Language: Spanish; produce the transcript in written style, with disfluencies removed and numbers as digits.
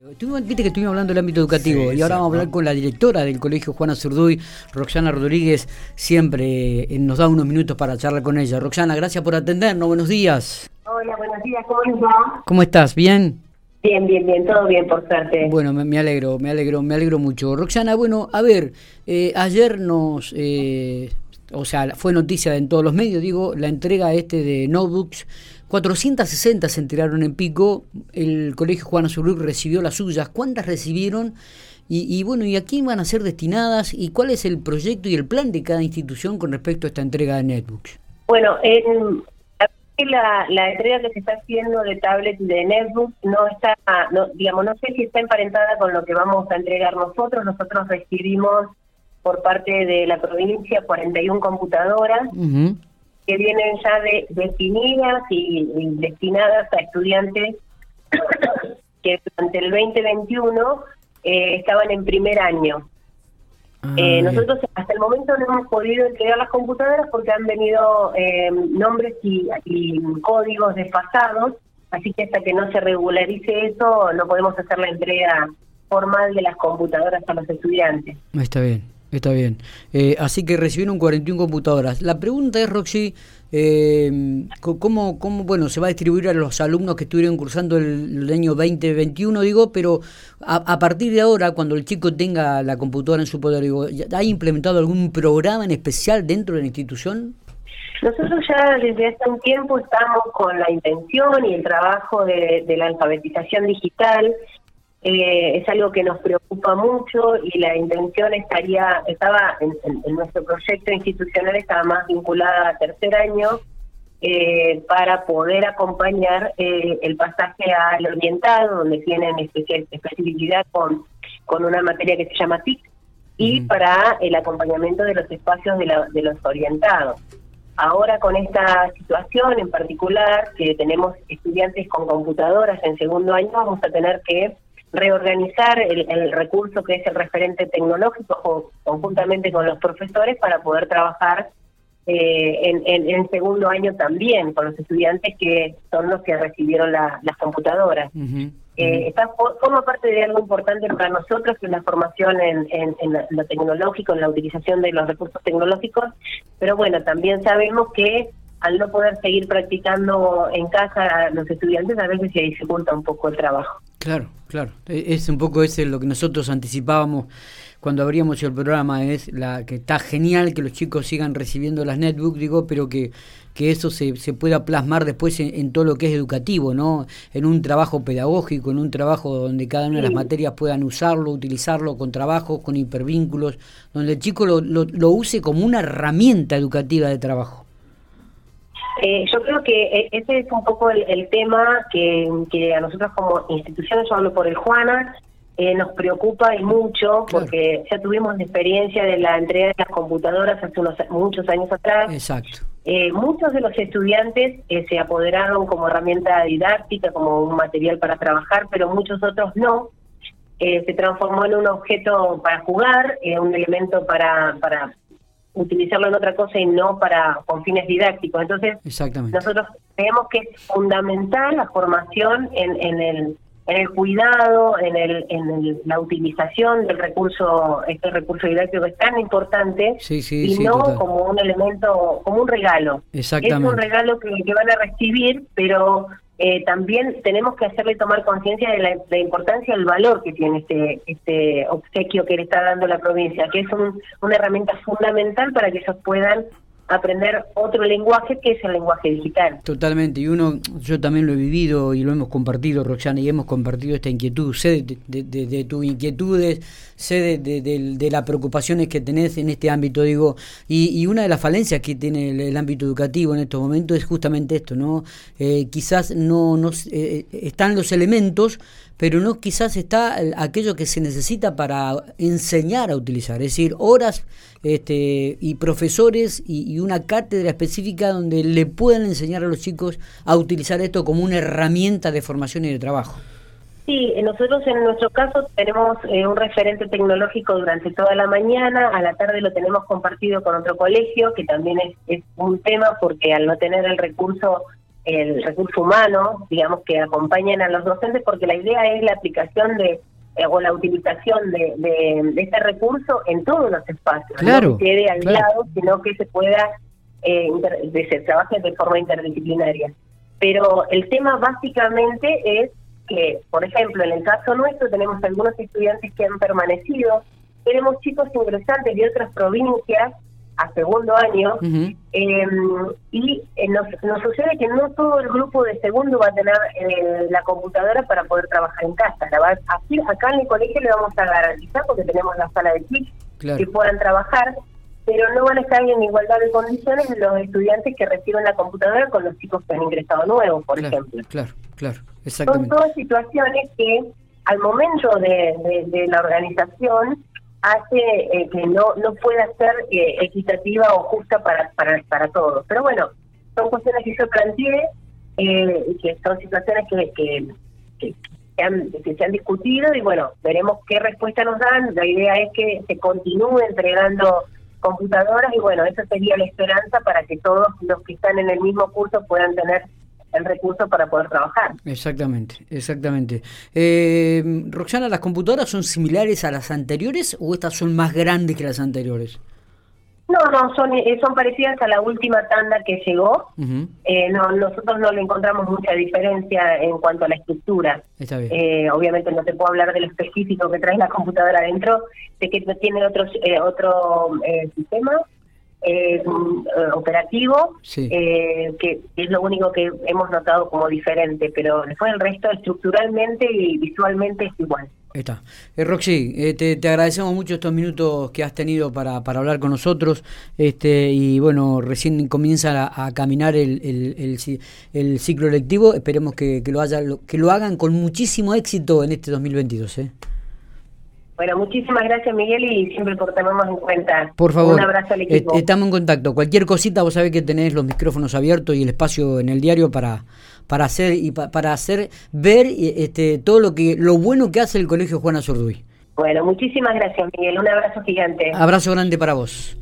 Viste que estuvimos hablando del ámbito educativo, y ahora vamos a hablar con la directora del Colegio Juana Zurduy, Roxana Rodríguez. Siempre nos da unos minutos para charlar con ella. Roxana, gracias por atendernos, buenos días. Hola, buenos días, ¿cómo les va? ¿Cómo estás? ¿Bien? Bien, todo bien, por suerte. Bueno, me alegro mucho. Roxana, bueno, a ver, ayer fue noticia en todos los medios, la entrega de notebooks. 460 se enteraron en Pico. El Colegio Juana Zurduy recibió las suyas. ¿Cuántas recibieron? ¿Y a quién van a ser destinadas? ¿Y cuál es el proyecto y el plan de cada institución con respecto a esta entrega de netbooks? Bueno, la entrega que se está haciendo de tablets y de netbooks no sé si está emparentada con lo que vamos a entregar nosotros. Nosotros recibimos por parte de la provincia 41 computadoras. Uh-huh. Que vienen ya definidas y destinadas a estudiantes que durante el 2021 estaban en primer año. Nosotros hasta el momento no hemos podido entregar las computadoras porque han venido nombres y códigos desfasados, así que hasta que no se regularice eso no podemos hacer la entrega formal de las computadoras a los estudiantes. Está bien. Así que recibieron 41 computadoras. La pregunta es, Roxy, ¿cómo se va a distribuir a los alumnos que estuvieron cursando el año 2021, pero a partir de ahora, cuando el chico tenga la computadora en su poder, ¿ha implementado algún programa en especial dentro de la institución? Nosotros ya desde hace un tiempo estamos con la intención y el trabajo de la alfabetización digital. Es algo que nos preocupa mucho y la intención estaba en nuestro proyecto institucional, estaba más vinculada a tercer año para poder acompañar el pasaje al orientado, donde tienen especificidad con una materia que se llama TIC, y para el acompañamiento de los espacios de los orientados. Ahora con esta situación en particular, que tenemos estudiantes con computadoras en segundo año, vamos a tener que reorganizar el recurso que es el referente tecnológico conjuntamente con los profesores para poder trabajar en segundo año también con los estudiantes que son los que recibieron las computadoras. Uh-huh. Forma parte de algo importante para nosotros, que es la formación en lo tecnológico, en la utilización de los recursos tecnológicos, pero bueno, también sabemos que al no poder seguir practicando en casa los estudiantes, a veces se dificulta un poco el trabajo. Claro. Es un poco lo que nosotros anticipábamos cuando abríamos el programa, es que está genial que los chicos sigan recibiendo las netbooks, pero que eso se pueda plasmar después en todo lo que es educativo, ¿no? En un trabajo pedagógico, en un trabajo donde cada una de las materias puedan utilizarlo con trabajos, con hipervínculos, donde el chico lo use como una herramienta educativa de trabajo. Yo creo que ese es un poco el tema que a nosotros como instituciones, yo hablo por el Juana, nos preocupa y mucho, porque ya tuvimos la experiencia de la entrega de las computadoras hace muchos años atrás. Exacto. Muchos de los estudiantes se apoderaron como herramienta didáctica, como un material para trabajar, pero muchos otros no. Se transformó en un objeto para jugar, un elemento para utilizarlo en otra cosa y no con fines didácticos. Entonces, nosotros creemos que es fundamental la formación en el cuidado, en la utilización del recurso didáctico, que es tan importante, no total. Como un elemento, como un regalo. Exactamente. Es un regalo que van a recibir, pero también tenemos que hacerle tomar conciencia de la importancia, el valor que tiene este obsequio que le está dando la provincia, que es una herramienta fundamental para que ellos puedan aprender otro lenguaje, que es el lenguaje digital. Totalmente, yo también lo he vivido y lo hemos compartido, Roxana, y hemos compartido esta inquietud. Sé de tus inquietudes, sé de las preocupaciones que tenés en este ámbito, y una de las falencias que tiene el ámbito educativo en estos momentos es justamente esto, ¿no? Quizás no están los elementos, pero no quizás está aquello que se necesita para enseñar a utilizar, es decir, horas y profesores y una cátedra específica donde le puedan enseñar a los chicos a utilizar esto como una herramienta de formación y de trabajo. Sí, nosotros en nuestro caso tenemos un referente tecnológico durante toda la mañana, a la tarde lo tenemos compartido con otro colegio, que también es un tema porque al no tener el recurso el recurso humano, digamos, que acompañen a los docentes, porque la idea es la aplicación o la utilización de este recurso en todos los espacios, claro, no que quede aislado, claro, sino que se pueda se trabaje de forma interdisciplinaria. Pero el tema básicamente es que, por ejemplo, en el caso nuestro tenemos algunos estudiantes que han permanecido, tenemos chicos ingresantes de otras provincias a segundo año, y nos sucede que no todo el grupo de segundo va a tener la computadora para poder trabajar en casa. Así, acá en el colegio le vamos a garantizar, porque tenemos la sala de TIC, claro, que puedan trabajar, pero no van a estar en igualdad de condiciones los estudiantes que reciben la computadora con los chicos que han ingresado nuevos, por ejemplo. Claro, exactamente. Son todas situaciones que al momento de la organización hace que no pueda ser equitativa o justa para todos. Pero bueno, son cuestiones que yo planteé, que son situaciones que se han discutido, y bueno, veremos qué respuesta nos dan. La idea es que se continúe entregando computadoras, y bueno, esa sería la esperanza para que todos los que están en el mismo curso puedan tener el recurso para poder trabajar. Exactamente. Roxana, ¿las computadoras son similares a las anteriores o estas son más grandes que las anteriores? No, son parecidas a la última tanda que llegó. Nosotros no le encontramos mucha diferencia en cuanto a la estructura. Está bien. Obviamente no te puedo hablar de lo específico que trae la computadora adentro, de que tiene otro sistema operativo, sí, que es lo único que hemos notado como diferente, pero después el resto estructuralmente y visualmente es igual. Está. Roxy, te agradecemos mucho estos minutos que has tenido para hablar con nosotros, y bueno, recién comienza a caminar el ciclo lectivo. Esperemos que lo hagan con muchísimo éxito en este 2022. Bueno, muchísimas gracias, Miguel, y siempre por tenernos en cuenta. Por favor, un abrazo al equipo. Estamos en contacto. Cualquier cosita, vos sabés que tenés los micrófonos abiertos y el espacio en el diario para hacer ver todo lo bueno que hace el Colegio Juana Zurduy. Bueno, muchísimas gracias, Miguel. Un abrazo gigante. Abrazo grande para vos.